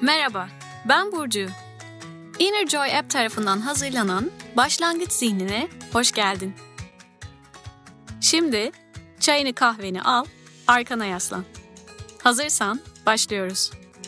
Merhaba, ben Burcu. Inner Joy App tarafından hazırlanan Başlangıç Zihnine hoş geldin. Şimdi çayını kahveni al, arkana yaslan. Hazırsan başlıyoruz.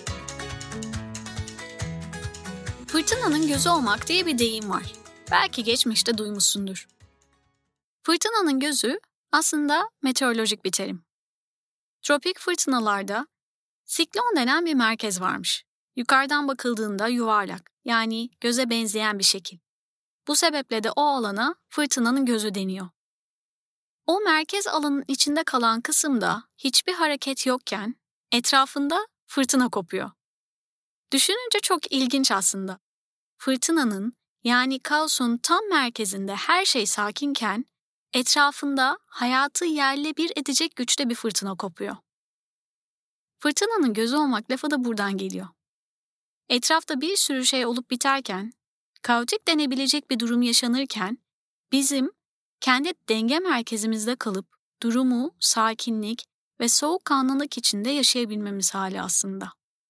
Fırtınanın gözü olmak diye bir deyim var. Belki geçmişte duymuşsundur. Fırtınanın gözü aslında meteorolojik bir terim. Tropik fırtınalarda siklon denen bir merkez varmış. Yukarıdan bakıldığında yuvarlak, yani göze benzeyen bir şekil. Bu sebeple de o alana fırtınanın gözü deniyor. O merkez alanın içinde kalan kısımda hiçbir hareket yokken etrafında fırtına kopuyor. Düşününce çok ilginç aslında. Fırtınanın, yani kaosun tam merkezinde her şey sakinken etrafında hayatı yerle bir edecek güçte bir fırtına kopuyor. Fırtınanın gözü olmak lafı da buradan geliyor. Etrafta bir sürü şey olup biterken, kaotik denebilecek bir durum yaşanırken, bizim kendi denge merkezimizde kalıp durumu sakinlik ve soğukkanlılık içinde yaşayabilmemiz hali aslında.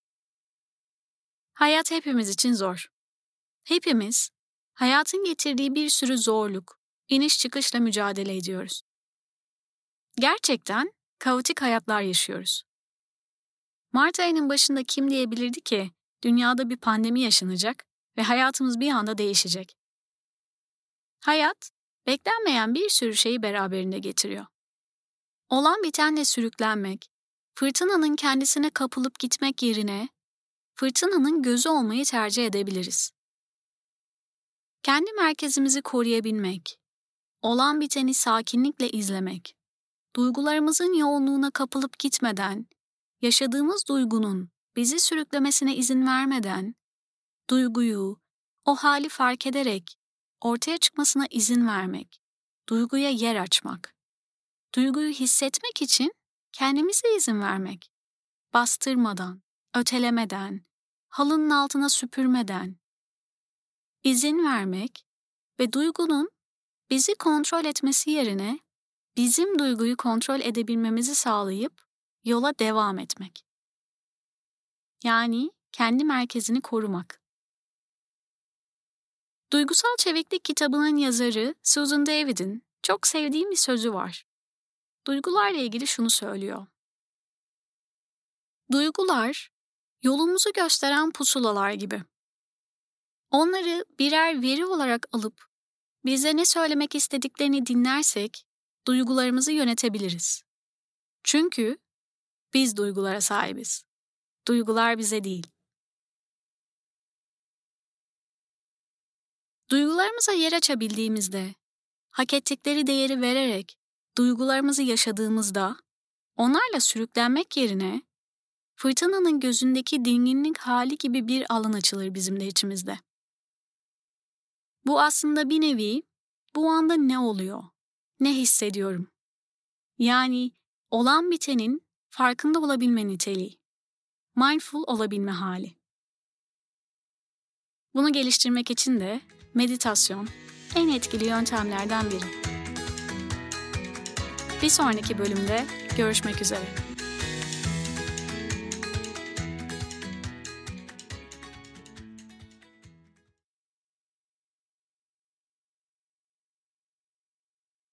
Hayat hepimiz için zor. Hepimiz hayatın getirdiği bir sürü zorluk, iniş çıkışla mücadele ediyoruz. Gerçekten kaotik hayatlar yaşıyoruz. Mart ayının başında kim diyebilirdi ki dünyada bir pandemi yaşanacak ve hayatımız bir anda değişecek? Hayat, beklenmeyen bir sürü şeyi beraberinde getiriyor. Olan bitenle sürüklenmek, fırtınanın kendisine kapılıp gitmek yerine fırtınanın gözü olmayı tercih edebiliriz. Kendi merkezimizi koruyabilmek, olan biteni sakinlikle izlemek, duygularımızın yoğunluğuna kapılıp gitmeden, yaşadığımız duygunun bizi sürüklemesine izin vermeden, duyguyu, o hali fark ederek ortaya çıkmasına izin vermek, duyguya yer açmak, duyguyu hissetmek için kendimize izin vermek, bastırmadan, ötelemeden, halının altına süpürmeden, izin vermek ve duygunun bizi kontrol etmesi yerine bizim duyguyu kontrol edebilmemizi sağlayıp yola devam etmek. Yani kendi merkezini korumak. Duygusal Çeviklik kitabının yazarı Susan David'in çok sevdiğim bir sözü var. Duygularla ilgili şunu söylüyor. Duygular, yolumuzu gösteren pusulalar gibi. Onları birer veri olarak alıp bize ne söylemek istediklerini dinlersek duygularımızı yönetebiliriz. Çünkü biz duygulara sahibiz. Duygular bize değil. Duygularımıza yer açabildiğimizde, hak ettikleri değeri vererek duygularımızı yaşadığımızda, onlarla sürüklenmek yerine fırtınanın gözündeki dinginlik hali gibi bir alan açılır bizim de içimizde. Bu aslında bir nevi, bu anda ne oluyor, ne hissediyorum? Yani olan bitenin farkında olabilme niteliği, mindful olabilme hali. Bunu geliştirmek için de meditasyon en etkili yöntemlerden biri. Bir sonraki bölümde görüşmek üzere.